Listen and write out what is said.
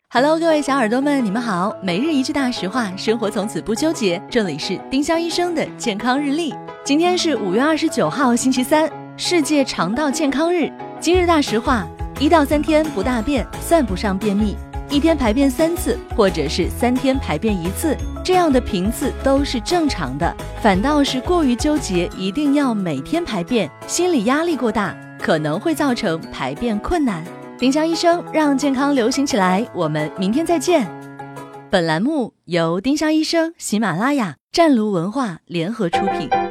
Hello， 各位小耳朵们，你们好！每日一句大实话，生活从此不纠结。这里是丁香医生的健康日历。今天是5月29号，星期三，世界肠道健康日。今日大实话：1到3天不大便算不上便秘，1天排便3次，或者是3天排便1次，这样的频次都是正常的。反倒是过于纠结，一定要每天排便，心理压力过大，可能会造成排便困难。丁香医生让健康流行起来，我们明天再见。本栏目由丁香医生、喜马拉雅、湛卢文化联合出品。